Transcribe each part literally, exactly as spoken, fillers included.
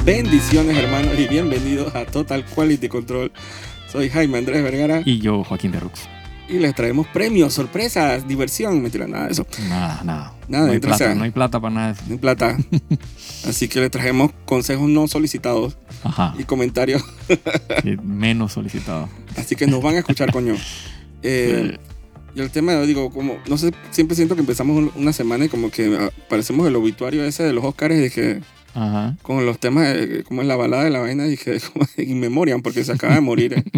Bendiciones, hermanos, y bienvenidos a Total Quality Control. Soy Jaime Andrés Vergara. Y yo, Joaquín de Rux. Y les traemos premios, sorpresas, diversión. Mentira, nada de eso. Nada, nada. Nada, no, hay plata, plata, no hay plata para nada de eso. No hay plata. Así que les trajemos consejos no solicitados. Ajá. Y comentarios. Sí, menos solicitados. Así que nos van a escuchar, coño. Eh, sí. Y el tema, digo, como, no sé, siempre siento que empezamos una semana y como que parecemos el obituario ese de los Oscars de que... Ajá. Con los temas, de, como es la balada de la vaina, dije, como in memoriam, porque se acaba de morir. Eh.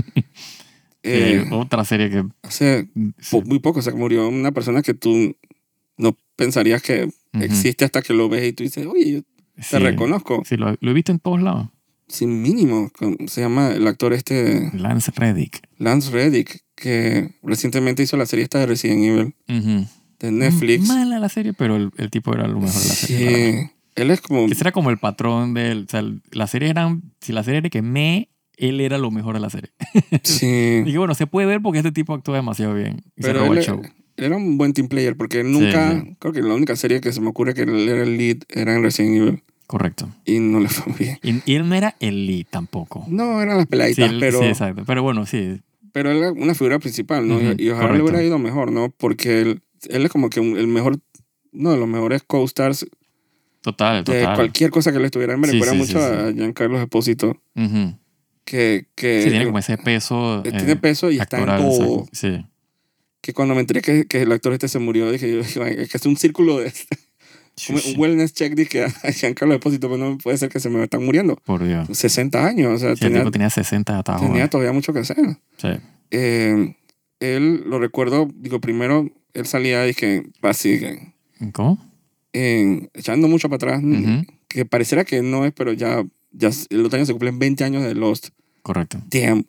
Eh, sí, otra serie que... Hace sí. po- muy poco, o sea, murió una persona que tú no pensarías que uh-huh. existe hasta que lo ves y tú dices, oye, yo te sí, reconozco. Sí, lo, lo he visto en todos lados. Sin mínimo, se llama el actor este... Lance Reddick. Lance Reddick, que recientemente hizo la serie esta de Resident Evil, uh-huh. de Netflix. Mala la serie, pero el, el tipo era lo mejor de la serie. Sí. Él es como... Ese era como el patrón de él. O sea, la serie era... Si la serie era que me... Él era lo mejor de la serie. Sí. Dije, bueno, se puede ver porque este tipo actúa demasiado bien. Y pero él, él era un buen team player porque él nunca... Sí, sí. Creo que la única serie que se me ocurre que él era el lead era en Resident Evil. Correcto. Y no le fue bien. Y, y él no era el lead tampoco. No, eran las peladitas, sí, él, pero... Sí, exacto. Pero bueno, sí. Pero él era una figura principal, ¿no? Uh-huh. Y, y ojalá Correcto. Le hubiera ido mejor, ¿no? Porque él, él es como que un, el mejor... Uno de los mejores co-stars... Total, de total. cualquier cosa que le estuviera. Me sí, recuerda sí, mucho sí, sí. a Giancarlo Esposito. Uh-huh. Que, que sí, tiene como ese peso. Eh, tiene peso y actoral, está en todo. Sí. Que cuando me enteré que, que el actor este se murió, dije, es que es un círculo de... Sí, sí. Un wellness check, dije a Giancarlo Esposito, pero no puede ser que se me están muriendo. Por Dios. sesenta años. O sea, sí, tenía, el tipo tenía sesenta hasta Tenía ahora. todavía mucho que hacer. Sí. Eh, él, lo recuerdo, digo, primero, él salía, dije, así... ¿Cómo? En, echando mucho para atrás, uh-huh. que pareciera que no es, pero ya, ya el otro año se cumplen veinte años de Lost. Correcto. Damn.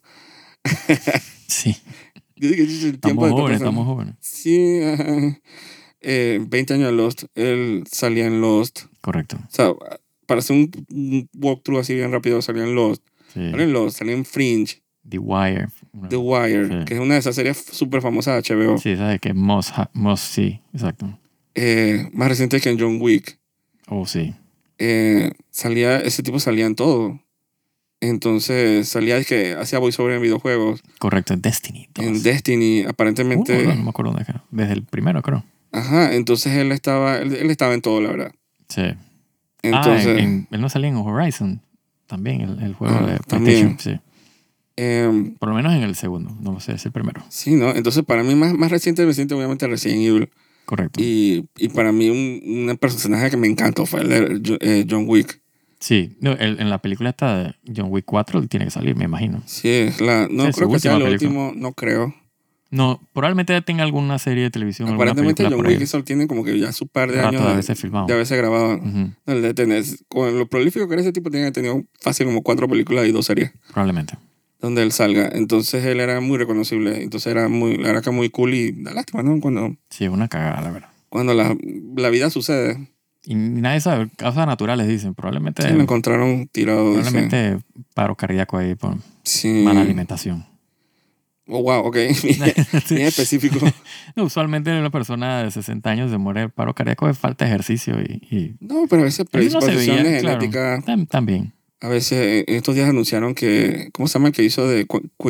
Sí. Yo dije, el tiempo estamos de jóvenes, estamos jóvenes. Sí, uh, eh, veinte años de Lost, él salía en Lost. Correcto. O sea, para hacer un, un walkthrough así bien rápido, salía en Lost. Sí. Salía en Lost, salía en Fringe. The Wire. The Wire, sí. Que es una de esas series súper famosas de H B O. Sí, sabes que Must, Must, sí, exacto. Eh, más reciente que en John Wick. Oh, sí. Eh, salía, ese tipo salía en todo. Entonces salía de que hacía voiceover en videojuegos. Correcto, en Destiny. Dos. En Destiny, aparentemente. Uh, no, no me acuerdo de qué. Desde el primero, creo. Ajá, entonces él estaba, él, él estaba en todo, la verdad. Sí. Entonces, ah, en, en, él no salía en Horizon también, el, el juego ah, de PlayStation. Sí. Eh, Por lo menos en el segundo, no sé, es el primero. Sí, ¿no? Entonces para mí más, más reciente, reciente obviamente Resident Evil. Correcto. Y, y para mí un, un personaje que me encantó fue el de eh, John Wick. Sí, no, el, en la película esta de John Wick cuatro tiene que salir, me imagino. Sí, es la, no es creo que sea el película. último, no creo. No, probablemente tenga alguna serie de televisión. Aparentemente John Wick solo tiene como que ya su par de años de haberse filmado. De haberse grabado. Uh-huh. El de tener, con lo prolífico que era ese tipo, tenía tenido fácil como cuatro películas y dos series. Probablemente. Donde él salga. Entonces él era muy reconocible. Entonces era muy, la verdad que muy cool y da lástima, ¿no? Cuando, sí, es una cagada, la verdad. Cuando la, la vida sucede. Y nadie sabe, causas naturales dicen, probablemente... Sí, lo encontraron tirado. Probablemente dice. Paro cardíaco ahí por sí. mala alimentación. Oh, wow, ok. Bien, sí. bien específico. No, usualmente una persona de sesenta años se muere de paro cardíaco de falta de ejercicio y... y no, pero a veces predisposición no genética... Claro, también. A veces, en estos días anunciaron que... ¿Cómo se llama el que hizo de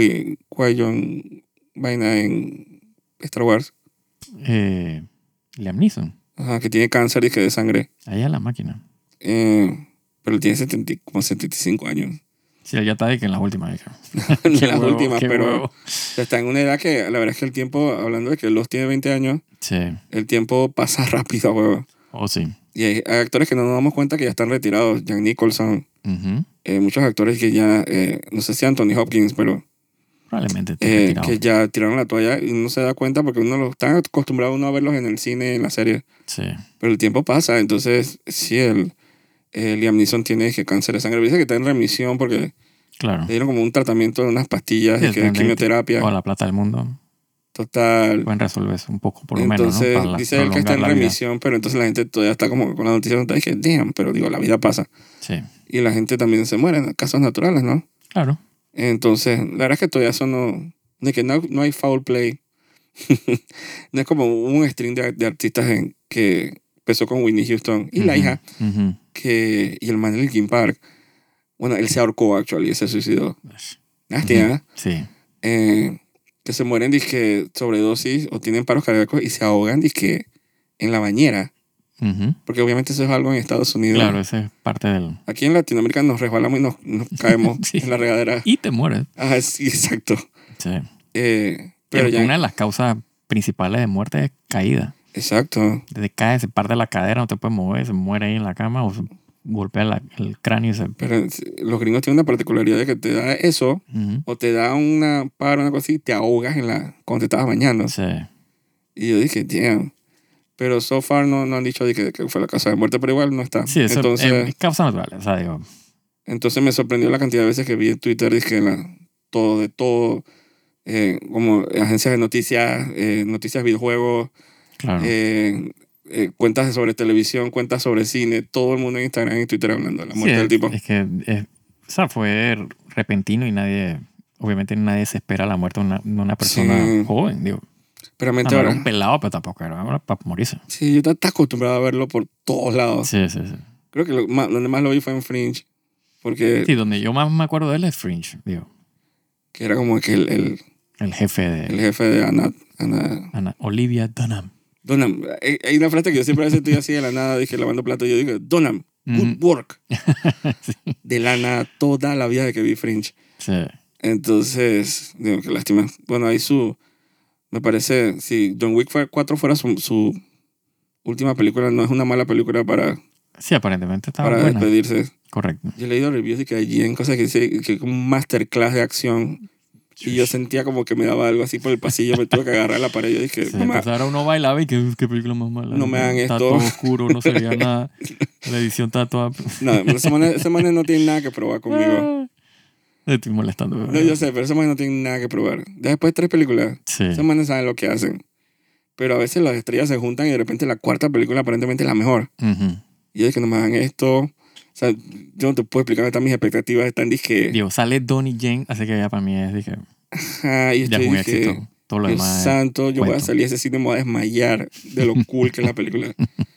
Qui-Gon vaina en Star Wars? Eh, Liam Neeson. Ajá, que tiene cáncer y que de sangre. Ahí a la máquina. Eh, pero tiene setenta, como setenta y cinco años. Sí, él ya está de que en las últimas. en las huevo, últimas, pero huevo. Está en una edad que la verdad es que el tiempo, hablando de que los tiene veinte años, sí. El tiempo pasa rápido a huevo. Oh, sí. Y hay, hay actores que no nos damos cuenta que ya están retirados. Jack Nicholson. Uh-huh. Eh, muchos actores que ya, eh, no sé si Anthony Hopkins, pero... Probablemente eh, que ya tiraron la toalla y uno se da cuenta porque uno lo está acostumbrado uno a verlos en el cine, en la serie. Sí. Pero el tiempo pasa, entonces sí, el, el Liam Neeson tiene que cáncer de sangre. Dice que está en remisión porque claro. le dieron como un tratamiento de unas pastillas sí, y que de quimioterapia. Toda la plata del mundo. Total. Pueden resolver eso un poco, por lo entonces, menos, ¿no? Para dice él que está en remisión, pero entonces la gente todavía está como con la noticia de que, damn, pero digo, la vida pasa. Sí. Y la gente también se muere en casos naturales, ¿no? Claro. Entonces, la verdad es que todavía eso no... De que no, no hay foul play. No es como un string de, de artistas en, que empezó con Whitney Houston y uh-huh, la hija, uh-huh. que, y el man de Linkin Park, Bueno, él se ahorcó, actually, y se suicidó. Nasty, ¿eh? Sí. Eh, que se mueren, dizque, sobredosis o tienen paros cardíacos y se ahogan, dizque, en la bañera. Uh-huh. Porque obviamente eso es algo en Estados Unidos. Claro, eso es parte del... Aquí en Latinoamérica nos resbalamos y nos, nos caemos sí. en la regadera. Y te mueres. Ah, sí, exacto. Sí. Eh, pero pero ya... una de las causas principales de muerte es caída. Exacto. Te cae, se parte la cadera, no te puedes mover, se muere ahí en la cama o se golpea la, el cráneo y se... Pero los gringos tienen una particularidad de que te da eso uh-huh. o te da una paro, una cosa así y te ahogas en la, cuando te estabas bañando. Sí. Y yo dije, damn. Pero so far no, no han dicho de que, que fue la causa de muerte, pero igual no está. Sí, eso entonces, es causa natural. O sea, digo... Entonces me sorprendió la cantidad de veces que vi en Twitter, dije, la, todo, de todo, eh, como agencias de noticias, eh, noticias de videojuegos, claro. eh, eh, cuentas sobre televisión, cuentas sobre cine, todo el mundo en Instagram y Twitter hablando de la muerte sí, del tipo. Es que, es, o sea, fue repentino y nadie, obviamente nadie se espera la muerte de una, una persona sí. joven, digo. Pero no, no era un pelado, pero tampoco era para morirse. Sí, yo estaba acostumbrado a verlo por todos lados. Sí, sí, sí. Creo que lo, más, donde más lo vi fue en Fringe. Porque, sí, donde yo más me acuerdo de él es Fringe, digo. Que era como que el... El, el jefe de... El jefe de Anna... Anna, Anna Olivia Dunham. Dunham. Hay, hay una frase que yo siempre a veces estoy así de la nada, dije, lavando platos, y yo digo, Dunham, mm. good work. sí. De la nada, toda la vida de que vi Fringe. Sí. Entonces, digo, qué lástima. Bueno, ahí su... Me parece, si John Wick cuatro fuera su, su última película, no es una mala película para... Sí, aparentemente estaba para buena. despedirse. Correcto. Yo he leído reviews y que allí en cosas que dice que es un masterclass de acción. Y yo sentía como que me daba algo así por el pasillo, me tuve que agarrar la pared y yo dije... Sí, no pues ahora uno bailaba y qué, qué película más mala. No me hagan está esto. Está todo oscuro, no se veía nada. La edición está toda... No, ese man, ese man no tiene nada que probar conmigo. Me estoy molestando. No, yo sé, pero ese man no tiene nada que probar. Después de tres películas, sí. esos manes saben lo que hacen. Pero a veces las estrellas se juntan y de repente la cuarta película aparentemente es la mejor. Uh-huh. Y yo dije, no me hagan esto. O sea, yo no te puedo explicar, están mis expectativas, están, dije... Digo, sale Donnie Yen, así que ya para mí es, dije... Ajá, y ya estoy, es un dije, éxito. Todo lo Dios demás santo, yo cuento. voy a salir a ese cine y me voy a desmayar de lo cool que es la película.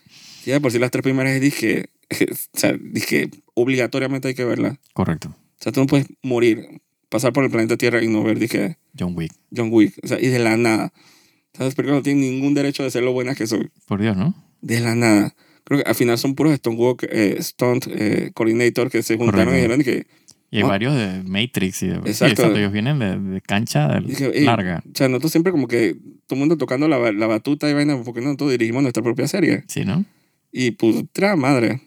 Y ya por si las tres primeras dije, o sea, dije, obligatoriamente hay que verla. Correcto. O sea, tú no puedes morir, pasar por el planeta Tierra y no ver, dije... John Wick. John Wick, o sea, y de la nada. Esas películas no tienen ningún derecho de ser lo buenas que son. Por Dios, ¿no? De la nada. Creo que al final son puros stunt, walk, eh, stunt eh, coordinator que se juntaron Correcto. Y dijeron que... Y hay ¿no? varios de Matrix y de... Exacto. Sí, exacto. Ellos vienen de, de cancha de dije, larga. O sea, nosotros siempre como que todo el mundo tocando la, la batuta y vaina, porque nosotros dirigimos nuestra propia serie. Sí, ¿no? Y putra madre.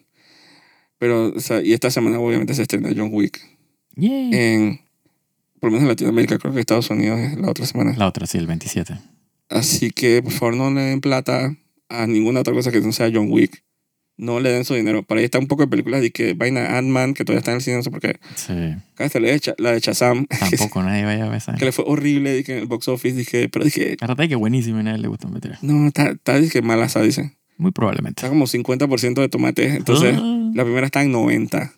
Pero, o sea, y esta semana obviamente se estrena John Wick. Yay. En, por lo menos en Latinoamérica, creo que Estados Unidos es la otra semana. La otra, sí, el veintisiete. Así que, por favor, no le den plata a ninguna otra cosa que no sea John Wick. No le den su dinero. Por ahí está un poco de películas de que vaina Ant-Man, que todavía está en el cine, no sé por qué. Sí. Cada vez le de la de Shazam. Tampoco nadie vaya a ver esa. Que le fue horrible, dije, en el box office, dije, pero dije... Fíjate que buenísimo y a nadie le gusta meter. No, está, está dije, malaza, dice. Muy probablemente. Está como cincuenta por ciento de tomate. Entonces, uh. la primera está en noventa.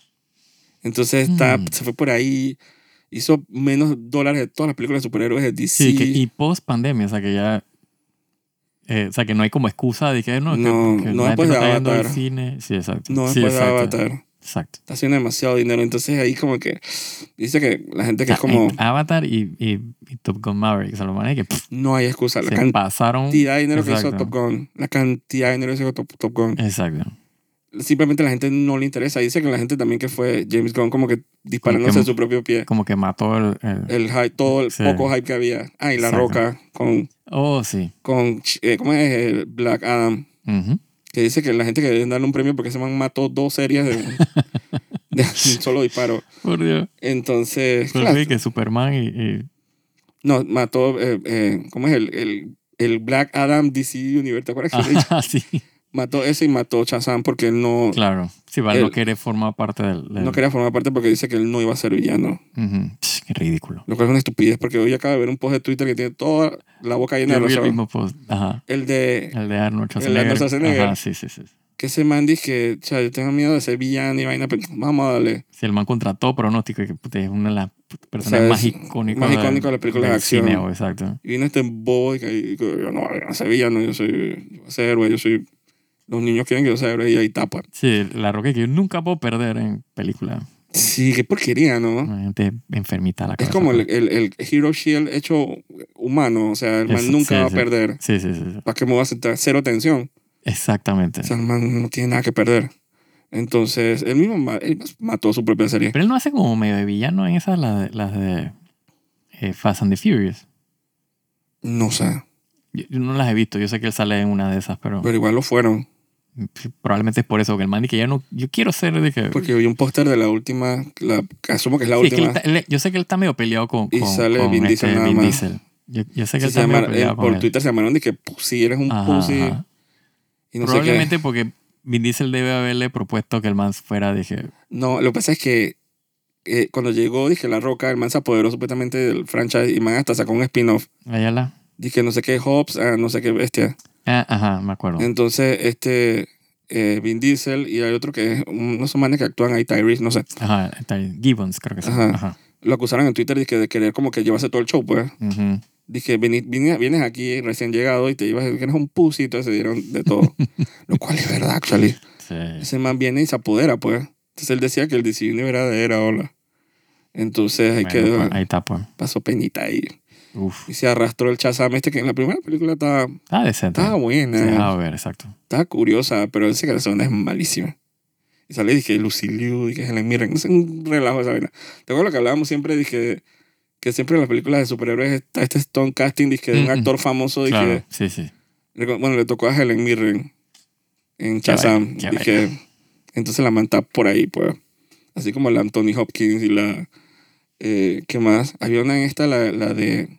Entonces, está, mm. se fue por ahí. Hizo menos dólares de todas las películas de superhéroes de D C. Sí, que, y post pandemia, o sea, que ya... Eh, o sea, que no hay como excusa de que no, no, que, que no la después gente de no está yendo Avatar. al cine. Sí, exacto. No sí, después exacto. de Avatar. Exacto. Está haciendo demasiado dinero. Entonces ahí como que dice que la gente que o sea, es como... Avatar y, y, y Top Gun Maverick, o sea, lo van a que pff, no hay excusa. La se can- pasaron... cantidad de dinero exacto. que hizo Top Gun. La cantidad de dinero que hizo Top, Top Gun. Exacto. Simplemente a la gente no le interesa. Dice que la gente también que fue James Gunn como que disparándose como que, en su propio pie. Como que mató el... El, el hype, todo el sí. poco hype que había. Ah, y La exacto. Roca con... Oh, sí. Con... Eh, ¿Cómo es? El Black Adam. Uh-huh. Que dice que la gente que debe darle un premio porque ese man mató dos series de, de un solo disparo. Por Dios. Entonces... Por claro, que Superman y... y... No, mató... Eh, eh, ¿Cómo es? El, el, el Black Adam D C Universe. ¿Te acuerdas que ah, sí. Mató ese y mató Shazam porque él no... Claro. Sí, Val no quiere formar parte del, del... No quería formar parte porque dice que él no iba a ser villano. Uh-huh. Qué ridículo. Lo cual es una estupidez porque hoy acabo de ver un post de Twitter que tiene toda la boca llena Yo de rosado. El mismo post. Ajá. El de... El de Arnold Schwarzenegger. El de Arnold Schwarzenegger. Ajá, sí, sí, sí. Que ese man dice que, o sea, yo tengo miedo de ser villano y vaina, pero vamos a darle. Sí, el man contrató pronóstico, que es una de las personas o sea, más icónicas más icónico de las películas de acción. Cine, exacto. Y vino este boy que, y, que yo no voy a ser villano, yo soy, yo voy a ser héroe, yo soy... Los niños quieren que yo sea héroe y ahí tapa. Sí, la roca que yo nunca puedo perder en película. Sí, qué porquería, ¿no? Una gente enfermita a la cabeza. Es como el, el, el Hero Shield hecho humano. O sea, el man es, nunca sí, va sí. a perder. Sí, sí, sí. sí. ¿Para qué me voy a sentar? Cero tensión. Exactamente. O sea, el man no tiene nada que perder. Entonces, él mismo él mató su propia serie. Pero él no hace como medio de villano en esas, las de, las de eh, Fast and the Furious. No sé. Yo, yo no las he visto. Yo sé que él sale en una de esas, pero... Pero igual lo fueron. Probablemente es por eso que el man dice que ya no... Yo quiero ser de que... Porque vi un póster de la última... La, asumo que es la sí, última. Es que él está, él, yo sé que él está medio peleado con... Y con, sale con Vin Diesel este nada Vin más. Diesel. Yo, yo sé que sí, él está llama, medio peleado él, con Por él. Twitter se llamaron de que pussy, eres un ajá, pussy. Ajá. Y no Probablemente sé qué. porque Vin Diesel debe haberle propuesto que el man fuera, dije... No, lo que pasa es que eh, cuando llegó, dije, La Roca, el man se apoderó supuestamente del franchise y man hasta sacó un spin-off. Allá la... Dije, no sé qué, Hobbs, ah, no sé qué bestia. Ah, ajá, me acuerdo. Entonces, este... Eh, Vin Diesel y hay otro que es unos manes que actúan ahí, Tyrese, no sé. Ajá, Gibbons creo que sí. Ajá. Ajá. Lo acusaron en Twitter de, que, de querer como que llevarse todo el show, pues. Uh-huh. Dije, vienes, vienes aquí recién llegado y te llevas, que eres un pussy, entonces se dieron de todo. Lo cual es verdad, actually. Sí. Ese man viene y se apodera, pues. Entonces él decía que el D C Universe era hola. Entonces ahí bueno, quedó. Pues, ahí está, pues. Pasó penita ahí. Uf. Y se arrastró el Shazam este que en la primera película estaba... Estaba decente. Estaba buena. Se dejaba ver, exacto. Estaba curiosa, pero ese que la segunda es malísima. Y sale, dije, Lucy Liu, dije, Helen Mirren. Es un relajo esa vaina. ¿Te acuerdas lo que hablábamos siempre? Dije, que siempre en las películas de superhéroes está este stone casting, dije, de un Mm-mm. actor famoso. Dije, Claro, sí, sí. Bueno, le tocó a Helen Mirren en Shazam. Qué Dije, vaina. entonces la manta por ahí, pues. Así como la Anthony Hopkins y la... Eh, ¿Qué más? Había una en esta, la, la de...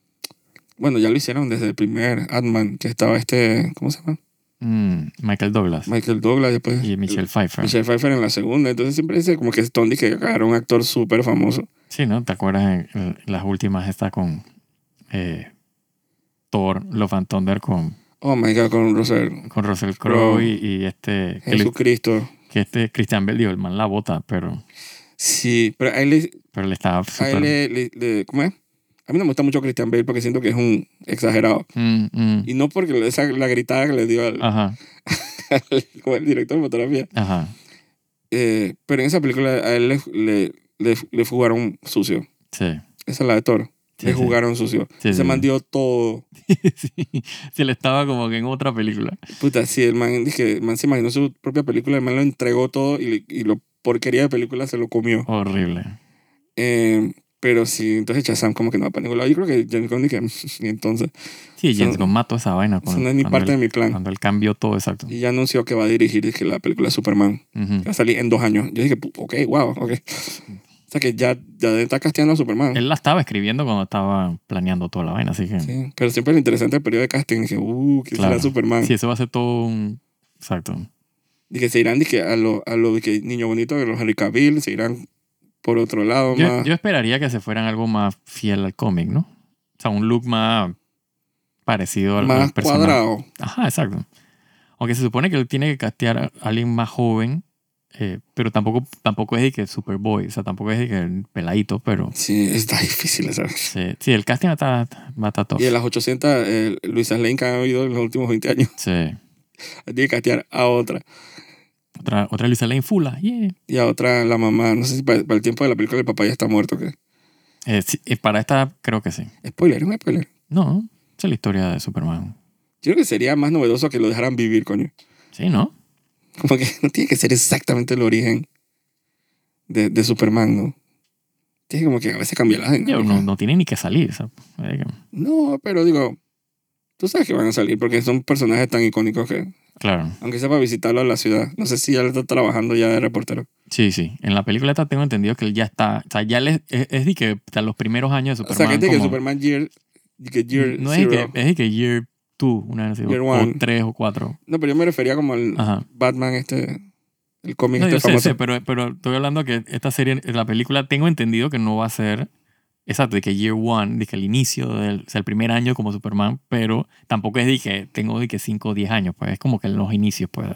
Bueno, ya lo hicieron desde el primer Ant-Man, que estaba este... ¿Cómo se llama? Mm, Michael Douglas. Michael Douglas, después... Y Michelle Pfeiffer. Michelle Pfeiffer en la segunda. Entonces siempre dice como que es Tony, que era un actor súper famoso. Sí, ¿no? ¿Te acuerdas en, en las últimas está con eh, Thor, Love and Thunder con... Oh my God, con Russell. Con Russell Crowe y, y este... Jesucristo. Que este Christian Bale, digo, el man la bota, pero... Sí, pero a él le... Pero le estaba súper... A él le, le, le... ¿Cómo es? A mí no me gusta mucho Christian Bale porque siento que es un exagerado. Mm, mm. Y no porque esa, la gritada que le dio al, Ajá. al, al director de fotografía. Ajá. Eh, pero en esa película a él le, le, le, le jugaron sucio. Sí. Esa es la de Thor. Sí, le sí. jugaron sucio. Sí, Se sí. man dio todo. sí. Sí, él estaba como que en otra película. Puta, sí, el man, dije, el man se imaginó su propia película, el man lo entregó todo y, y lo porquería de película se lo comió. Horrible. Eh, pero sí, entonces Shazam como que no va para ningún lado. Yo creo que James Gunn dije, y entonces... Sí, James Gunn mató esa vaina. Eso no es ni parte él, de mi plan. Cuando él cambió todo, exacto. Y ya anunció que va a dirigir dije, la película de Superman. Uh-huh. Que va a salir en dos años. Yo dije, ok, wow, ok. O sea que ya, ya está casteando a Superman. Él la estaba escribiendo cuando estaba planeando toda la vaina, así que... Sí, pero siempre es interesante el periodo de casting. Dije, uh, ¿qué claro. será Superman? Sí, eso va a ser todo un... Exacto. Dije, se irán dije, a lo, a lo dije, niño bonito de los Henry Cavill, se irán por otro lado Yo, más. yo esperaría que se fueran algo más fiel al cómic, ¿no? O sea, un look más parecido al, más al personaje. cuadrado. Ajá, exacto. Aunque se supone que él tiene que castear a alguien más joven, eh, pero tampoco, tampoco es de que Superboy, o sea, tampoco es de que peladito, pero... Sí, está difícil, ¿sabes? Sí, sí, el casting está, va a estar top. Y de las ochocientas, eh, Luisa Lane que han habido en los últimos veinte años, Sí. tiene que castear a otra. Otra, otra Luisa Lane Fula, yeah. Y a otra, la mamá. No sé si para, para el tiempo de la película el papá ya está muerto. ¿Qué? Eh, sí, eh, para esta creo que sí. Spoiler, un spoiler. No, esa es la historia de Superman. Yo creo que sería más novedoso que lo dejaran vivir, coño. Sí, ¿no? Como que no tiene que ser exactamente el origen de, de Superman, ¿no? Tiene como que a veces cambia la gente. No, no tiene ni que salir. O sea, no, pero digo, tú sabes que van a salir porque son personajes tan icónicos que... Claro. Aunque sea para visitarlo a la ciudad. No sé si ya le está trabajando ya de reportero. Sí, sí. En la película esta tengo entendido que él ya está... O sea, ya le, es, es de que o sea, los primeros años de Superman... O sea, que es como, que Superman Year... Que year no zero. es de que, es de que Year two, una vez, Year o, one. o tres o cuatro. No, pero yo me refería como al Ajá. Batman este... El cómic No, este yo sé, famoso. sé, pero, pero estoy hablando que esta serie, la película, tengo entendido que no va a ser... Exacto, de que Year One, de que el inicio, del, o sea, el primer año como Superman, pero tampoco es de que tengo de que cinco o diez años, pues es como que en los inicios, pues.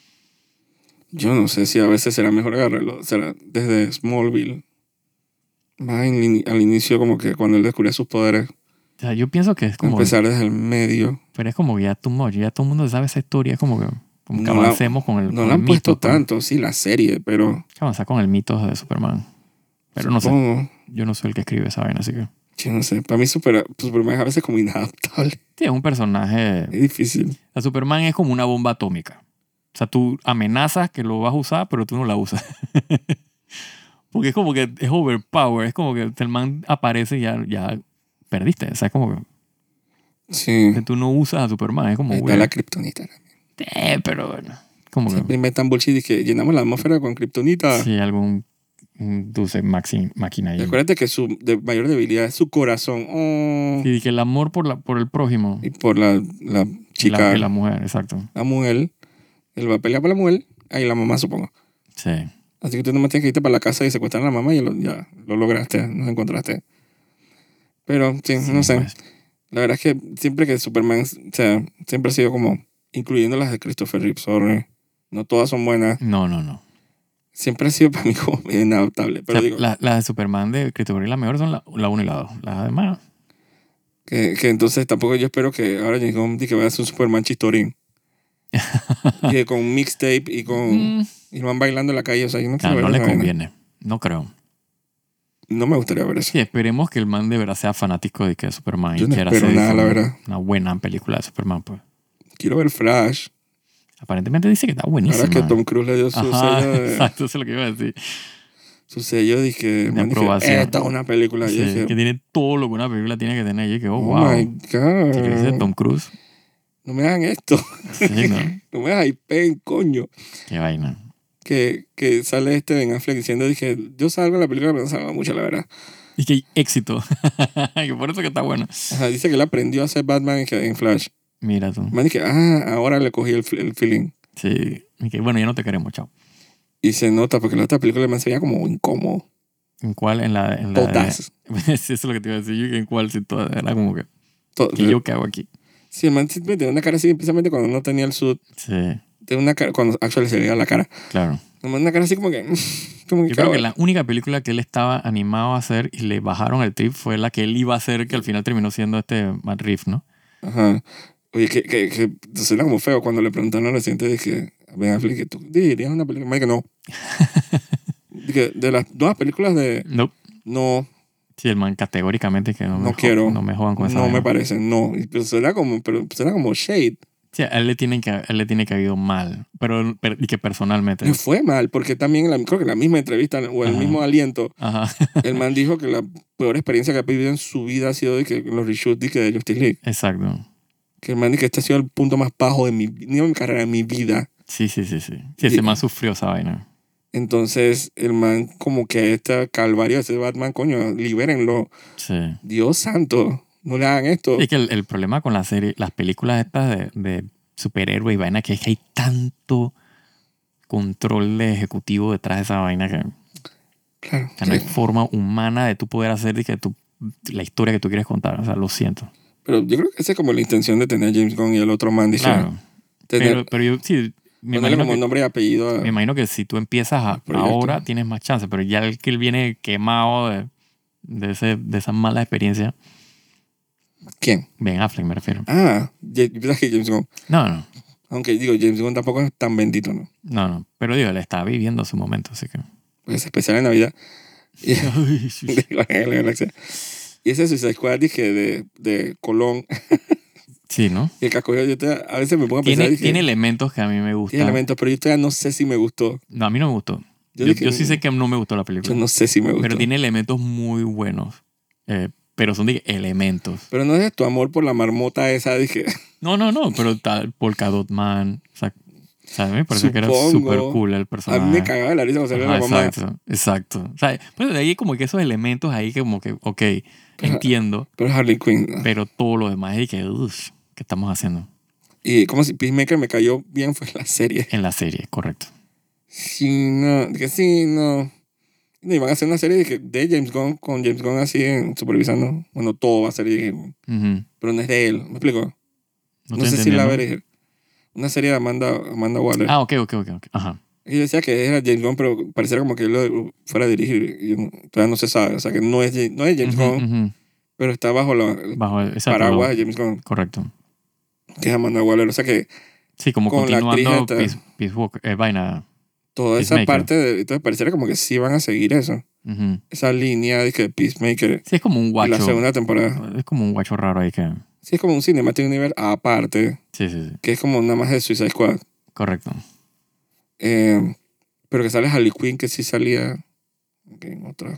Yo no sé si a veces será mejor agarrarlo. Será desde Smallville. Más in, al inicio, como que cuando él descubría sus poderes. O sea, yo pienso que es como... Empezar desde el medio. Pero es como que ya too much, ya todo el mundo sabe esa historia, es como que... Como que No la- avancemos con el, No con lo el han puesto mito, pues. tanto, sí, la serie, pero Hay que avanzar con el mito de Superman. Pero no sé, supongo, yo no soy el que escribe esa vaina, así que... yo no sé, para mí Super, Superman es a veces como inadaptable, Sí, es un personaje... es difícil. La Superman es como una bomba atómica. O sea, tú amenazas que lo vas a usar, pero tú no la usas. Porque es como que es overpower. Es como que el man aparece y ya, ya perdiste. O sea, es como que, Sí, que tú no usas a Superman. Es como, ahí está weird. la kriptonita. Eh, pero bueno. Como que Siempre inventan bullshit y que llenamos la atmósfera con kriptonita. sí, algún un dulce maxi, máquina Y ahí. acuérdate que su de- mayor debilidad es su corazón. Oh, Sí, que el amor por, la, por el prójimo. y por la, la Y chica, la, y la mujer, exacto. la mujer, él va a pelear por la mujer, ahí la mamá supongo. Sí. Así que tú nomás tienes que irte para la casa y secuestrar a la mamá y lo- ya lo lograste, nos encontraste. Pero sí, Sí, no sé. pues. La verdad es que siempre que Superman, o sea, siempre ha sido como, incluyendo las de Christopher Reeve, sorry, no todas son buenas. No, no, no. Siempre ha sido para mí como medio inadaptable. Pero O sea, digo, la- las de Superman de Christopher Reeve, las mejores son la, la uno y la dos. Las demás... que, que entonces tampoco yo espero que ahora James Gunn diga que vaya a ser un Superman chistorín. Que con un mixtape y con... Mm, Y van bailando en la calle, o sea, yo no claro, quiero ver no le esa vaina. conviene. No creo. No me gustaría ver eso. Sí, esperemos que el man de verdad sea fanático de que de Superman Yo y no quiera espero hacer nada, la una, verdad. una buena película de Superman, pues. Quiero ver Flash. Aparentemente dice que está buenísima. Ahora que Tom Cruise le dio su Ajá, sello de... exacto, eso es lo que iba a decir. Su sello, dije, De man, dije, aprobación. esta es una película. Sí, Yo dije, que tiene todo lo que una película tiene que tener. Y que, oh, oh wow. my ¿Qué dice God. Tom Cruise? No me hagan esto. Sí, ¿no? No me hypeen, coño. Qué vaina. Que, que sale este Ben Affleck diciendo, dije, yo salgo en la película, pero no salgo mucho, la verdad. Y que hay éxito. Que por eso que está bueno. Ajá, dice que él aprendió a ser Batman en, en Flash. Mira tú. Man, dije, ah, ahora le cogí el, el feeling. Sí. Y que, bueno, ya no te queremos, chao. Y se nota, porque en la otra película me se veía como incómodo. ¿En cuál? En la, en la Todas. de- Sí, eso es lo que te iba a decir. Yo que en cuál, sí, todas. Era como que, To- ¿qué yo qué hago aquí? Sí, el man siempre tenía una cara así, precisamente cuando no tenía el suit. Sí, Tenía una cara, cuando actually se le veía la cara. claro. Como una cara así como que... Como que Yo creo que cabrón. la única película que él estaba animado a hacer y le bajaron el trip fue la que él iba a hacer, que al final terminó siendo este Matt Reeves, ¿no? Ajá. Oye, que, que, que suena como feo cuando le preguntaron al reciente de que Ben Affleck, que tú dirigirías una película. Man, que no. Dije, de las nuevas películas de... No. No, Sí, el man categóricamente que no, me no jo- quiero. no me jodan con esa No me vaina. parece, no. Y, Pero suena como, pero suena como shade. Sí, a él le tiene que, a él le tiene que haber ido mal, pero per- y que personalmente. Le fue mal, porque también, en la, creo que en la misma entrevista o el Ajá. mismo aliento, Ajá, el man dijo que la peor experiencia que ha vivido en su vida ha sido de que los reshoots de, que de Justice League. exacto. Que el man dice que este ha sido el punto más bajo de mi, no de mi carrera, de mi vida. Sí, sí, sí, sí. Sí, ese Y- man sufrió esa vaina. Entonces, el man como que este calvario de ese Batman, coño, libérenlo. Sí. Dios santo, no le hagan esto. Es que el, el problema con la serie, las películas estas de, de superhéroes y vaina, que es que hay tanto control de ejecutivo detrás de esa vaina que, Claro. que no hay sí. forma humana de tú poder hacer de que tú, la historia que tú quieres contar. O sea, lo siento. Pero yo creo que esa es como la intención de tener a James Gunn y el otro man. Dije, Claro. tener, Pero, pero yo sí, me ponerle imagino, como que, nombre y apellido a... me imagino que si tú empiezas a- proyecto. ahora tienes más chance, pero ya el que él viene quemado de, de, ese, de esa mala experiencia, ¿Quién? Ben Affleck me refiero. Ah, yo pensaba que James Gunn. No, no, Aunque digo, James Gunn tampoco es tan bendito, ¿no? no, no. Pero digo, él está viviendo su momento, así que... Porque es especial en Navidad. Y, Ay, sí, sí. de Guardianes de la Galaxia. Y ese Suicide Squad, dije, de, de Colón. Sí, ¿no? Y el casco, yo te- a veces me pongo a pensar, Tiene, dije, tiene elementos que a mí me gustan. tiene elementos, pero yo todavía no sé si me gustó. No, a mí no me gustó. Yo Yo, dije, yo sí sé que no me gustó la Yo película. no sé si me gustó. Pero tiene elementos muy buenos. Eh, pero son de elementos. Pero no es tu amor por la marmota esa, dije. No, no, no. Pero tal, Polka Dot Man. O sea, o sea, me parece que era Supongo. súper cool el A personaje. mí me cagaba la risa cuando salió Ajá, la mamá. exacto, exacto. O sea, pues de ahí como que esos elementos ahí que como que, ok, Pero- entiendo. Pero es Harley Quinn. ¿no? Pero todo lo demás es que, uff, ¿qué estamos haciendo? Y como si Peacemaker me cayó bien fue la serie. En la serie, correcto. Sí, no. Que sí, no. Y van a hacer una serie de, que- de James Gunn con James Gunn así en- supervisando. Bueno, todo va a ser. dije, Ujú. pero no es de él. ¿Me explico? No, No, estoy sé si la entendiendo. veré. Una serie de Amanda, Amanda Waller. Ah, ok, ok, ok. ok. Ajá. Y yo decía que era James Gunn, pero pareciera como que él lo fuera a dirigir. Y yo- todavía no se sabe. O sea, que no es, no es James Ujú, Gunn, ujú. pero está bajo la, el Bajo el, exacto, paraguas lo- de James Gunn, correcto. que es Amanda Waller. O sea que Sí, como con la actriz continuando esta. Peace, Peace Walker, eh, vaina. Toda esa Peacemaker. parte, de, entonces pareciera como que sí van a seguir eso. Ujú. Esa línea de que Peacemaker Sí, es como un y la guacho. segunda temporada. Es como un guacho raro ahí que... Sí, es como un Cinematic Universe aparte, Sí, sí, sí. que es como nada más de Suicide Squad. Correcto. Eh, pero que sale Harley Quinn, que sí salía en otra.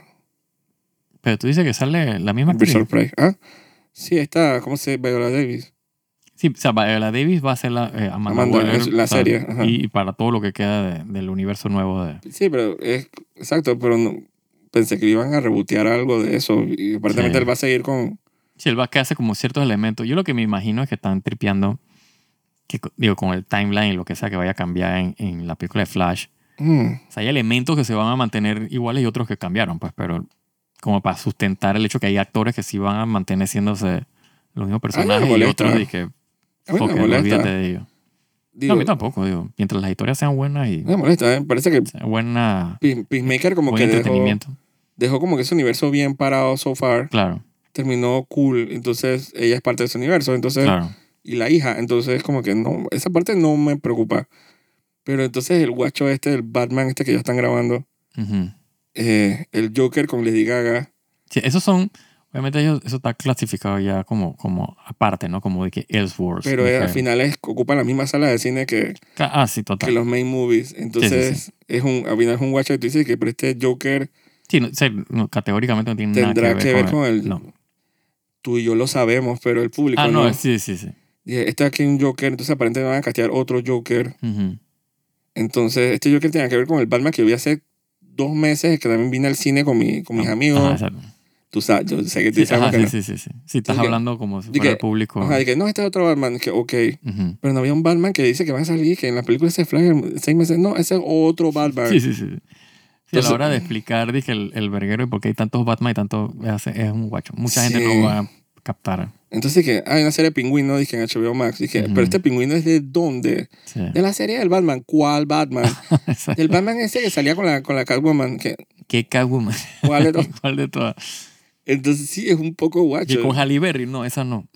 Pero tú dices que sale la misma actriz. Birds Prey. ¿Ah? Sí, está, ¿cómo se llama? Viola Davis. Sí, o sea, Viola Davis va a ser la eh, Amanda, Amanda, Waller. es la o sea, serie, ajá. y, y para todo lo que queda de- del universo nuevo de... Sí, pero es exacto, pero no, pensé que iban a rebotear algo de eso. Y aparentemente Sí. él va a seguir con. Sí, él va que hace como ciertos elementos. Yo lo que me imagino es que están tripeando, que, co- digo, con el timeline y lo que sea que vaya a cambiar en, en la película de Flash. Mm, O sea, hay elementos que se van a mantener iguales y otros que cambiaron, pues, pero como para sustentar el hecho que hay actores que sí van a mantener siéndose los mismos personajes y molesta. otros y que a mí fuck me it, molesta. olvídate de ellos. Digo, No, a mí tampoco, digo. Mientras las historias sean buenas y me molesta, ¿eh? Parece que sea buena, Pe- Peacemaker como buen que dejó, entretenimiento. dejó como que ese universo bien parado so far. Claro, Terminó cool, entonces ella es parte de ese universo, entonces, claro. y la hija, entonces como que no, esa parte no me preocupa. Pero entonces el guacho este, el Batman este que ya están grabando, Ujú. eh, el Joker con Lady Gaga, Sí, esos son, obviamente ellos, eso está clasificado ya como, como aparte, ¿no? Como de que Elseworlds. pero de eh, al que- final es, ocupan la misma sala de cine que, Ca- Ah, sí, que total. los main movies. Entonces sí. es un, al final es un guacho que tú dices que pero este Joker Sí, no, sí, no, categóricamente no tiene tendrá nada que ver, con, el, el, No. tú y yo lo sabemos, pero el público Ah, no, no. sí, sí, sí. Dije, este aquí es un Joker, entonces aparentemente van a castear otro Joker. Ujú. Entonces este Joker tenía que ver con el Batman que yo vi hace dos meses, que también vine al cine con, mi, con mis Ah, amigos. Ajá, exacto. Tú sabes, yo sé que tú Sí, sabes ajá, que sí, no. sí, sí, sí. Sí, estás Así que- hablando como si de fuera el que- público. Ajá, de que no, este es otro Batman, que ok. Ujú. Pero no había un Batman que dice que va a salir, que en la película se flash en seis meses. No, ese es otro Batman. Sí, sí, sí. Sí, a la Entonces- hora de explicar, dije, el, el verguero y por qué hay tantos Batman y tantos... Es, es un guacho. Mucha gente Sí. no va a captar. Entonces que hay una serie de pingüinos, dije en H B O Max. Dije, Ujú. pero este pingüino es de dónde? Sí. De la serie del Batman. ¿Cuál Batman? Exacto. Del Batman ese que salía con la, con la Catwoman. Que, ¿Qué Catwoman? ¿Cuál de todos? ¿Cuál de todas? Entonces sí, es un poco Que guacho. con Halle Berry, no, esa no.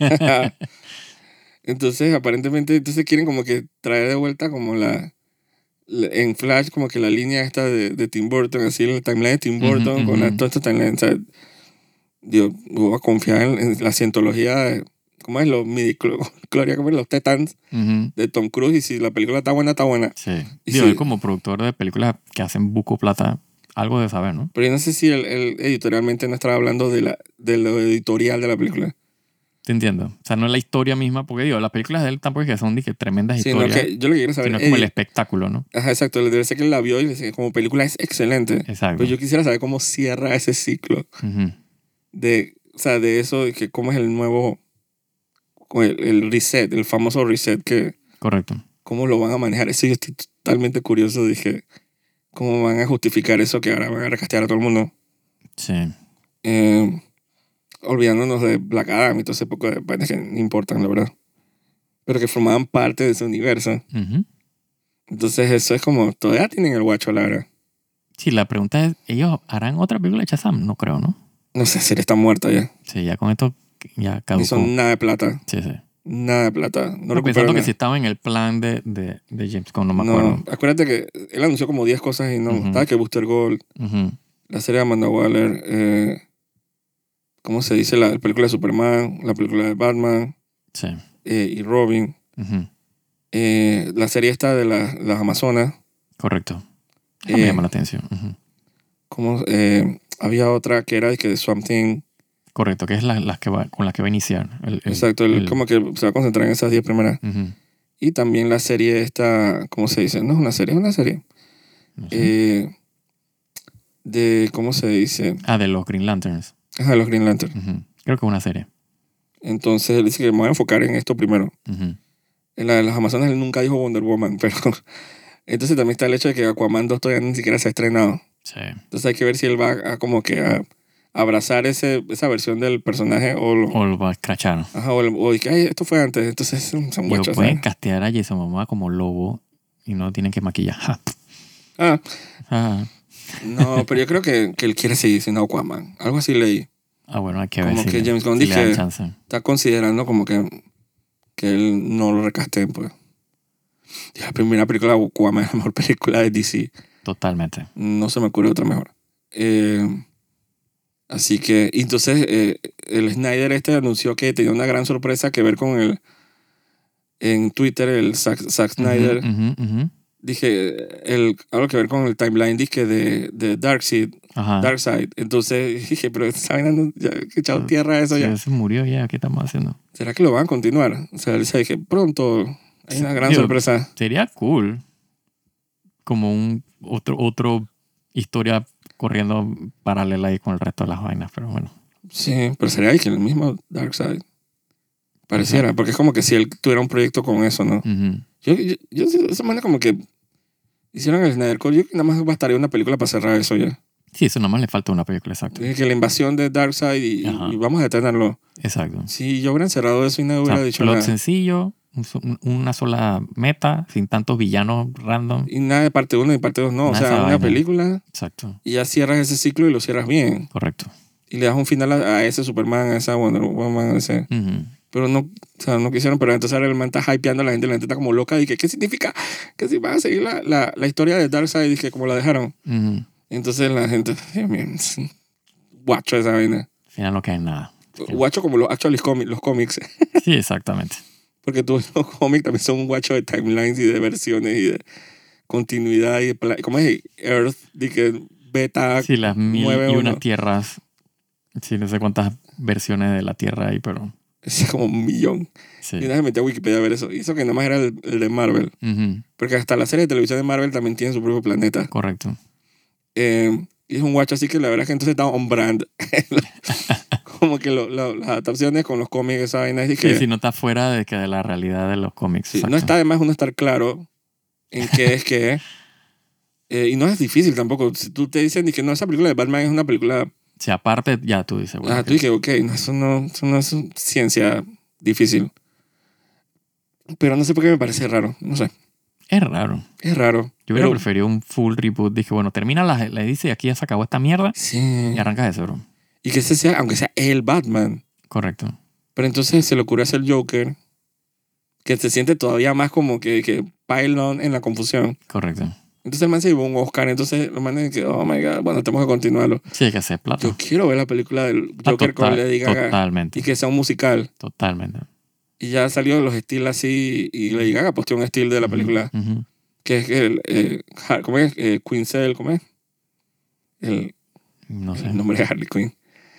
Entonces, aparentemente, entonces quieren como que traer de vuelta como la, la- en Flash, como que la línea esta de, de Tim Burton, así el timeline de Tim Ujú, Burton, con la- ujú. todo este timeline. O sea, yo voy a confiar en, en la cientología, de- ¿cómo es? Los midichlorians, ¿cómo es? Los Tetans Ujú. de Tom Cruise, y si la película está buena, está buena. Sí. Y Digo, sí. él como productor de películas que hacen buco plata, algo de saber, ¿no? Pero yo no sé si él, él editorialmente no estaba hablando de, la, de lo editorial de la película. Te entiendo. O sea, no es la historia misma, porque digo, las películas de él tampoco es que son dije, tremendas Sino historias, que yo lo que quiero saber sino como el edi- espectáculo, ¿no? Ajá, exacto. Debe ser que él la vio y le dice, como película es excelente. Exacto. Pero yo quisiera saber cómo cierra ese ciclo Ujú. de, o sea, de eso, de que cómo es el nuevo, con el, el reset, el famoso reset, que Correcto. cómo lo van a manejar. Eso yo estoy totalmente curioso. Dije, ¿cómo van a justificar eso que ahora van a recastear a todo el mundo? Sí. Eh, olvidándonos de Black Adam y todo ese poco de vainas que no importan, la verdad. Pero que formaban parte de ese universo. Ujú. Entonces eso es como, todavía tienen el guacho, la verdad. Sí, la pregunta es, ¿ellos harán otra película de Shazam? No creo, ¿no? No sé si él está muerta ya. Sí, ya con esto ya Ni caducó. son nada de plata. Sí, sí. Nada de plata. No Pero recuperan pensando que nada. si estaba en el plan de, de, de James Gunn, no me No, acuerdo. acuérdate que él anunció como diez cosas y no. Ujú. Estaba que Booster Gold, Ujú. la serie de Amanda Waller, eh, ¿cómo se dice? La, la película de Superman, la película de Batman Sí. eh, y Robin. Ujú. Eh, la serie esta de la- las Amazonas. Correcto. Eso me Eh, llama la atención. Ujú. ¿cómo? Eh, había otra que era de que de Swamp Thing. Correcto, que es la, las que va, con la que va a iniciar. El, el- Exacto, él el- como que se va a concentrar en esas diez primeras. Ujú. Y también la serie esta, ¿cómo se dice? No es una serie, es una serie. No sé. Eh, de, ¿cómo se dice? Ah, de los Green Lanterns. Ajá, los Green Lantern. Ujú. Creo que es una serie. Entonces él dice que me voy a enfocar en esto primero. Ujú. En la de las Amazonas él nunca dijo Wonder Woman, pero... Entonces también está el hecho de que Aquaman dos todavía ni siquiera se ha estrenado. Sí. Entonces hay que ver si él va a como que a abrazar ese, esa versión del personaje o lo... O lo va a escrachar. Ajá, o, el- o de que, ay, esto fue antes. Entonces son, son Digo, guachos, pueden ¿sabes? castear a Jason Momoa como lobo y no tienen que maquillar. Ja. Ah, Ah. no, pero yo creo que, que él quiere seguir siendo Aquaman. Algo así leí. Ah, bueno, hay que ver Como si que le- James Gunn si le dan dije- chance. Está considerando como que, que él no lo recasteen, pues. La primera película de Aquaman es la mejor película de D C. Totalmente. No se me ocurre otra mejor. Eh, así que, entonces, eh, el Snyder este anunció que tenía una gran sorpresa que ver con el, en Twitter, el Zack, Zack Snyder. Uh-huh, uh-huh, uh-huh. Dije, el, algo que ver con el timeline, dije, de, de Darkseid. Ajá. Darkseid. Entonces dije, pero esa vaina no, ya, que echado tierra a eso sí, ya. Se murió ya, ¿qué estamos haciendo? ¿Será que lo van a continuar? O sea, él dice que pronto hay una gran Digo, sorpresa. Sería cool. Como un otro, otro historia corriendo paralela ahí con el resto de las vainas, pero bueno. Sí, pero sería ahí que el mismo Darkseid pareciera, uh-huh. Porque es como que si él tuviera un proyecto con eso, ¿no? Uh-huh. Yo, yo, yo de esa manera como que hicieron el Snyder Code, yo nada más bastaría una película para cerrar eso ya. Sí, eso nada más le falta una película, exacto. Que la invasión de Darkseid y, y vamos a detenerlo. Exacto. Sí, yo hubiera cerrado eso y no hubiera o sea, dicho plot nada. Sencillo, una sola meta, sin tantos villanos random. Y nada de parte uno y parte dos, no. Nada o sea, una vaina. Película. Exacto. Y ya cierras ese ciclo y lo cierras bien. Correcto. Y le das un final a, a ese Superman, a esa Wonder Woman, a ese... Uh-huh. Pero no, o sea, no quisieron, pero entonces ahora el man está hypeando a la gente, la gente está como loca y que, ¿qué significa? Que si van a seguir la, la, la historia de Darkseid y que como la dejaron. Uh-huh. Entonces la gente, Dios mío, guacho esa vaina. Al final no cae nada. Guacho como los actuales cómics, los cómics. Sí, exactamente. Porque todos los cómics también son un guacho de timelines y de versiones y de continuidad y de, ¿cómo es? Earth, de que beta. Sí, las mil y unas tierras. Sí, no sé cuántas versiones de la Tierra hay, pero... Es como un millón. Sí. Y una vez me metí a Wikipedia a ver eso. Y eso que nada más era el, el de Marvel. Uh-huh. Porque hasta la serie de televisión de Marvel también tiene su propio planeta. Correcto. Eh, y es un guacho así que la verdad es que entonces está on brand. Como que lo, lo, las adaptaciones con los cómics, esa vaina es que... Sí, si no está fuera de, que de la realidad de los cómics. Sí, no está además uno estar claro en qué es que... Eh, y no es difícil tampoco. Si tú te dicen que no, esa película de Batman es una película... Si aparte, ya tú dices... Bueno, ah, tú dices, ok, no, eso, no, eso no es ciencia difícil. Pero no sé por qué me parece raro, no sé. Es raro. Es raro. Yo hubiera pero... preferido un full reboot. Dije, bueno, termina la, la dice y aquí ya se acabó esta mierda. Sí. Y arrancas eso, bro. Y que ese sea, aunque sea el Batman. Correcto. Pero entonces se le ocurre hacer el Joker, que se siente todavía más como que, que pile-on en la confusión. Correcto. Entonces el man se llevó un Oscar, entonces los manes que, oh my God, bueno, tenemos que continuarlo. Sí, hay que hacer plata. Yo quiero ver la película del Joker ah, total, con Lady Gaga. Totalmente. Y que sea un musical. Totalmente. Y ya salió los estilos así, y Lady Gaga posteó un estilo de la película, uh-huh, uh-huh. que es el, eh, ¿cómo es? Eh, Quinzel, ¿cómo es? El, no sé. El nombre de Harley Quinn.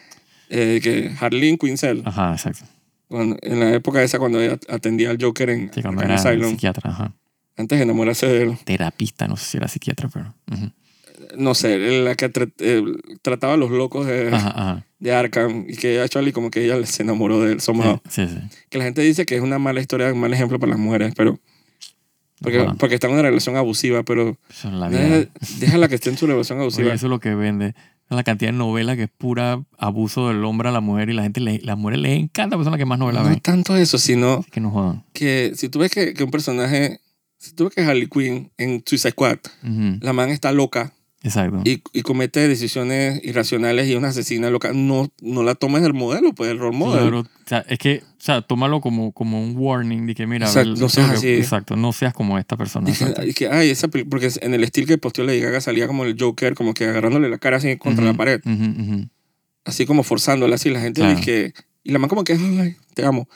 Eh, que Harleen Quinzel. Ajá, exacto. Cuando, en la época esa cuando ella atendía al Joker en, sí, cuando en era Asylum. Psiquiatra, ajá. Antes de enamorarse de él. Terapista, no sé si era psiquiatra, pero... Uh-huh. No sé, la que tra- eh, trataba a los locos de, ajá, ajá. de Arkham y que actually como que ella se enamoró de él, somehow. Sí, sí, sí. Que la gente dice que es una mala historia, un mal ejemplo para las mujeres, pero... Porque, uh-huh. porque está en una relación abusiva, pero... Eso es la vida. Deja, déjala que esté en su relación abusiva. Oye, eso es lo que vende. La cantidad de novelas que es pura abuso del hombre a la mujer y la gente, le, las mujeres les encanta, pues son las que más novelas ven. ven. No tanto eso, sino... Es que no jodan. Que si tú ves que, que un personaje... Si tú ves que Harley Quinn en Suicide Squad, uh-huh. la man está loca. Exacto. Y, y comete decisiones irracionales y es una asesina loca, no, no la tomes del modelo, pues el role model. Claro, o sea, es que, o sea, tómalo como, como un warning de que, mira, exacto, ver, no seas que, así. Exacto, no seas como esta persona. Y que, y que, ay, esa, porque en el estilo que posteó Lady Gaga salía como el Joker, como que agarrándole la cara así contra uh-huh, la pared. Uh-huh, uh-huh. Así como forzándola así, la gente claro. dice que... Y la man como que, ay, te amo.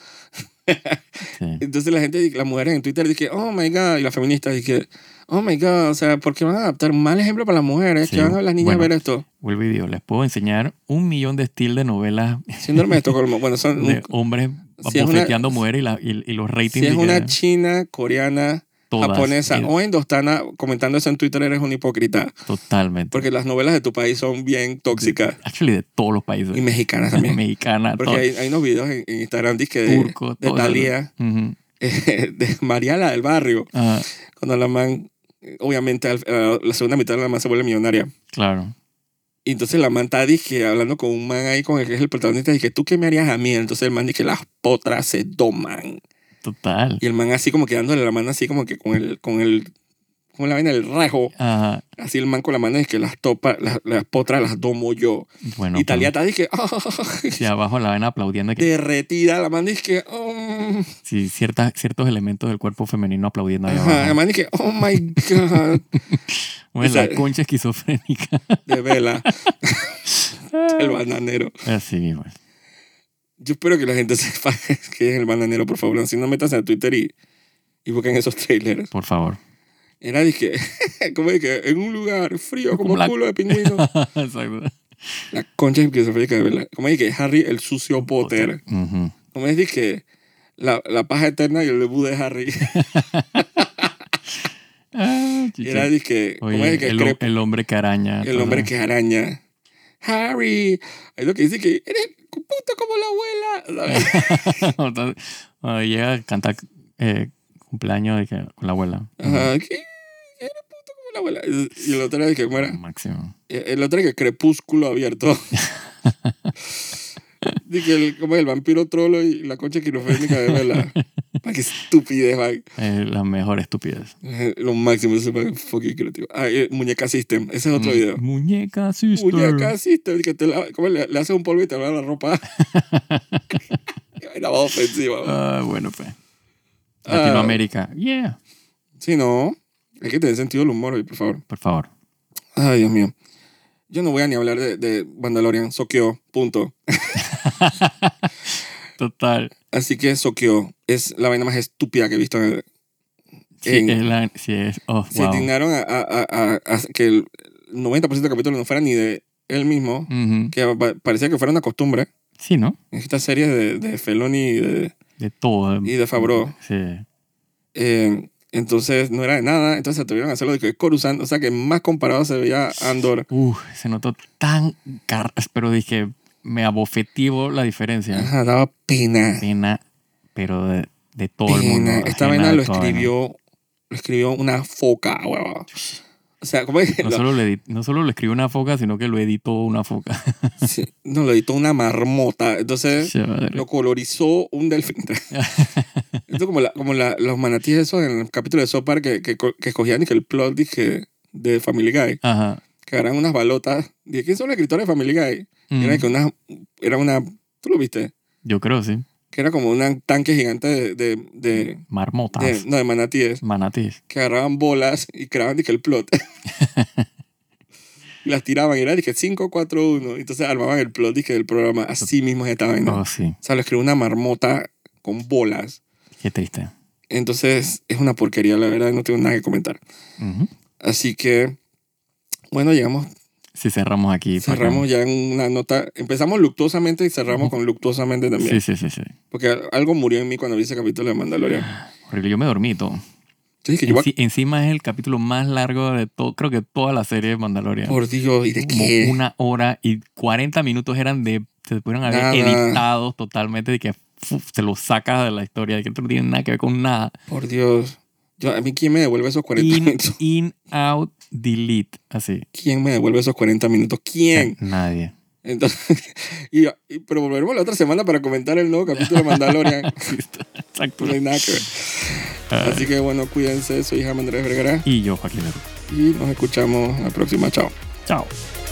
Sí. Entonces la gente, las mujeres en Twitter dicen, oh my God, y las feministas dicen, oh my God, o sea, ¿por qué van a adaptar un mal ejemplo para las mujeres? Sí. ¿Qué van a las niñas bueno, a ver esto? Vuelvo y digo, les puedo enseñar un millón de estilos de novelas síndrome de Estocolmo, bueno, son de hombres si bofeteando mujeres y, la, y, y los ratings. Si es que, una china, coreana, todas, japonesa el, o indostana, comentando eso en Twitter eres un hipócrita. Totalmente. Porque las novelas de tu país son bien tóxicas. Actually, de todos los países. Y mexicanas también. mexicanas. Porque hay, hay unos videos en, en Instagram de, Turco, de Thalía, uh-huh. eh, de Mariala del barrio. Uh-huh. Cuando la man, obviamente, uh, la segunda mitad de la man se vuelve millonaria. Claro. Y entonces la man está dije, hablando con un man ahí, con el que es el protagonista, y dije, ¿tú qué me harías a mí? Entonces el man dice que las potras se doman. Total. Y el man así como que dándole la mano así como que con el, con el, como la vaina del rajo. Ajá. Así el man con la mano es que las topa, las, las potras las domo yo. Bueno, y Talia está dije, oh, sí, abajo la vaina aplaudiendo. Que, derretida, la man dice que, oh. Sí, ciertas, ciertos elementos del cuerpo femenino aplaudiendo ahí Ajá, abajo. la man dice, oh my God. Bueno, la concha esquizofrénica. De vela. El bananero. Así mismo. Yo espero que la gente sepa que es el bananero, por favor. Si no, metas a Twitter y, y busquen esos trailers. Por favor. Era, dije, como dije, en un lugar frío como, como la... culo de pingüino. Exacto. La concha esquizofrénica de verdad. Como dije, Harry el sucio Potter. Potter. Uh-huh. Como dije, la, la paja eterna y el debut de Harry. ah, era, dije, Oye, como dije, el, crep... el hombre que araña. El todo. hombre que araña. Harry. Es lo que dice que eres puto como la abuela. Cuando llega a cantar eh, cumpleaños de que, con la abuela. Ajá, que eres puto como la abuela. Y el otro era que muera. Máximo. El otro era que crepúsculo abierto. Dije, el, como el vampiro trolo y la concha quirofrénica de vela. Qué estupidez, man. Eh, la mejor estupidez. Eh, lo máximo, eso es fucking creativo. Ah, eh, Muñeca System, ese es otro mm, video. Muñeca System. Muñeca System, que te la, como le, le haces un polvo y te lava la ropa. La voz ofensiva. Ah, uh, bueno, pues. Latinoamérica, uh, yeah. Sí, no. Hay que tener sentido del humor hoy, por favor. Por favor. Ay, Dios mío. Yo no voy a ni hablar de, de Mandalorian, Sokyo, punto. Total. Así que Sokyo es la vaina más estúpida que he visto en el... Sí, en, es la, sí es. Oh, se wow. dignaron a, a, a, a que el noventa por ciento del capítulo no fuera ni de él mismo, uh-huh. que parecía que fuera una costumbre. Sí, ¿no? En estas series de, de Filoni y de... De todo. Y de Favreau. Sí. Eh, entonces no era de nada, entonces se atrevieron a hacerlo de que Coruscant, o sea que más comparado se veía Andor. Uf, se notó tan... Car- pero dije, me abofetivo la diferencia. Ajá, daba pena. Pena, pero de, de todo pena. el mundo. Esta vaina lo escribió, lo escribió una foca, huevón. O sea, ¿cómo es? No, lo, solo le edit, no solo lo escribió una foca, sino que lo editó una foca. Sí, no, lo editó una marmota. Entonces sí, lo colorizó un delfín. Esto como, la, como la, los manatíes esos en el capítulo de South Park que, que, que escogían y que el plot dije, de Family Guy. Ajá. Que eran unas balotas. ¿De quién son los escritores de Family Guy? Mm. Era, que una, era una... ¿Tú lo viste? Yo creo, sí. Que era como un tanque gigante de... de, de Marmotas. De, no, de manatíes. Manatíes. Que agarraban bolas y creaban dije, el plot. Y las tiraban y era dije, cinco, cuatro, uno. Entonces armaban el plot dije, del programa. Así mismo estaba en. Oh, sí. O sea, lo escribió una marmota con bolas. Qué triste. Entonces es una porquería, la verdad. No tengo nada que comentar. Uh-huh. Así que, bueno, llegamos... Sí, cerramos aquí. Cerramos ya en una nota. Empezamos luctuosamente y cerramos uh-huh. con luctuosamente también. Sí, sí, sí, sí. Porque algo murió en mí cuando vi ese capítulo de Mandalorian. Horrible, yo me dormí todo. Sí, que yo Enci- va... Encima es el capítulo más largo de todo, creo que toda la serie de Mandalorian. Por Dios, ¿y de Como qué? Una hora y cuarenta minutos eran de... Se pudieron haber nada. editado totalmente de que uf, se lo sacas de la historia, de que no tiene nada que ver con nada. Por Dios. Yo, ¿a mí quién me devuelve esos cuarenta in, minutos? In, out, delete, así. ¿Quién me devuelve esos cuarenta minutos? ¿Quién? Nadie. Entonces, y, y, pero volveremos la otra semana para comentar el nuevo capítulo de Mandalorian. Exacto. No hay nada que ver. Uh, Así que bueno, cuídense. Soy Jaime Andrés Vergara. Y yo, Joaquín. Y nos escuchamos la próxima. Chao. Chao.